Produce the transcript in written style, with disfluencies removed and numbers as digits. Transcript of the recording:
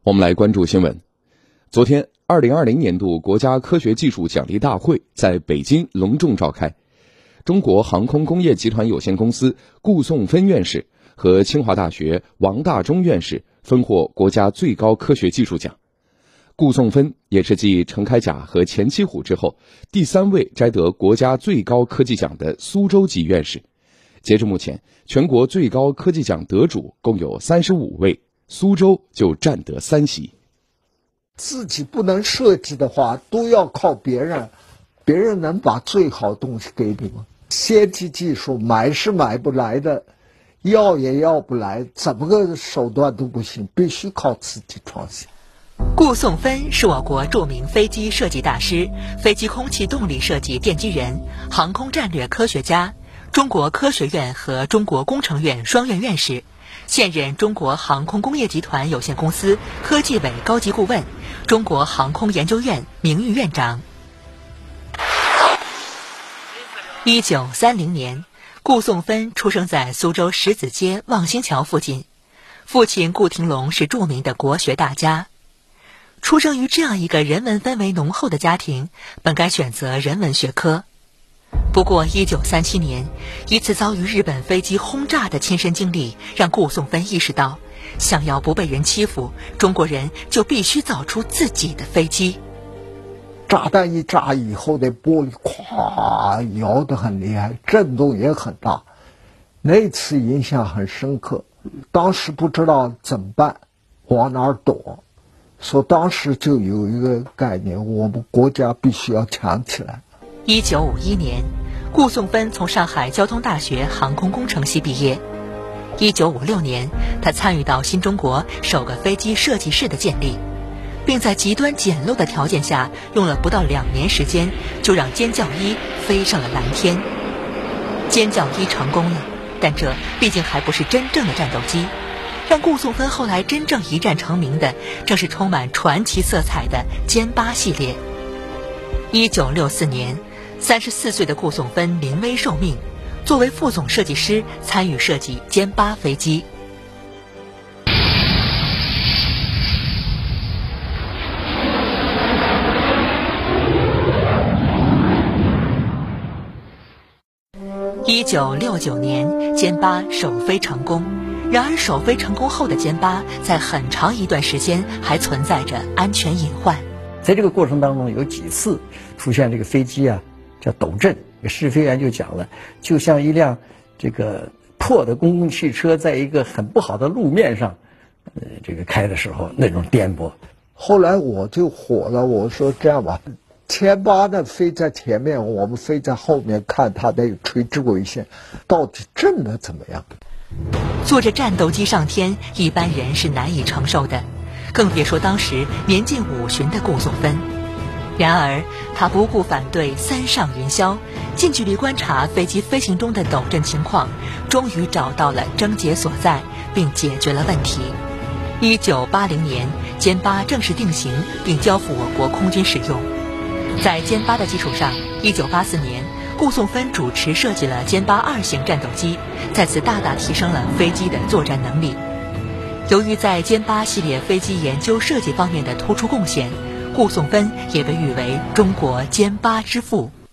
我们来关注新闻。昨天，2020年度国家科学技术奖励大会在北京隆重召开。中国航空工业集团有限公司顾颂芬院士和清华大学王大中院士分获国家最高科学技术奖。顾颂芬也是继陈开甲和钱其虎之后，第3位摘得国家最高科技奖的苏州籍院士。截至目前，全国最高科技奖得主共有35位，苏州就占得3席。 自己不能设计的话，都要靠别人，别人能把最好的东西给你吗？先进技术买是买不来的，要也要不来，怎么个手段都不行，必须靠自己创新。 顾颂芬是我国著名飞机设计大师、飞机空气动力设计奠基人、航空战略科学家，中国科学院和中国工程院双院院士，现任中国航空工业集团有限公司科技委高级顾问，中国航空研究院名誉院长。1930年，顾颂芬出生在苏州石子街望星桥附近，父亲顾廷龙是著名的国学大家。出生于这样一个人文氛围浓厚的家庭，本该选择人文学科。不过1937年，一次遭遇日本飞机轰炸的亲身经历，让顾颂芬意识到，想要不被人欺负，中国人就必须造出自己的飞机。 炸弹一炸以后，那玻璃咵摇得很厉害，震动也很大，那次印象很深刻。当时不知道怎么办，往哪儿躲，所以当时就有一个概念，我们国家必须要强起来。 1951年，顾颂芬从上海交通大学航空工程系毕业。1956年，他参与到新中国首个飞机设计室的建立，并在极端简陋的条件下，用了不到2年时间，就让歼教1飞上了蓝天。歼教1成功了，但这毕竟还不是真正的战斗机。让顾颂芬后来真正一战成名的，正是充满传奇色彩的歼8系列。1964年，34岁的顾颂芬临危受命，作为副总设计师参与设计歼8飞机。1969年，歼8首飞成功。然而，首飞成功后的歼8在很长一段时间还存在着安全隐患。 在这个过程当中，有几次出现这个飞机叫抖震，试飞员就讲了，就像一辆这个破的公共汽车在一个很不好的路面上，这个开的时候那种颠簸。 后来我就火了，我说这样吧，歼8呢飞在前面，我们飞在后面，看它的垂直轨线到底震的怎么样。 坐着战斗机上天，一般人是难以承受的，更别说当时年近50的顾颂芬。然而，他不顾反对，三上云霄，近距离观察飞机飞行中的抖震情况，终于找到了症结所在，并解决了问题。1980年，歼8正式定型并交付我国空军使用。在歼8的基础上，1984年，顾颂芬主持设计了歼82型战斗机，在此大大提升了飞机的作战能力。由于在歼8系列飞机研究设计方面的突出贡献，顾颂芬也被誉为中国歼8之父。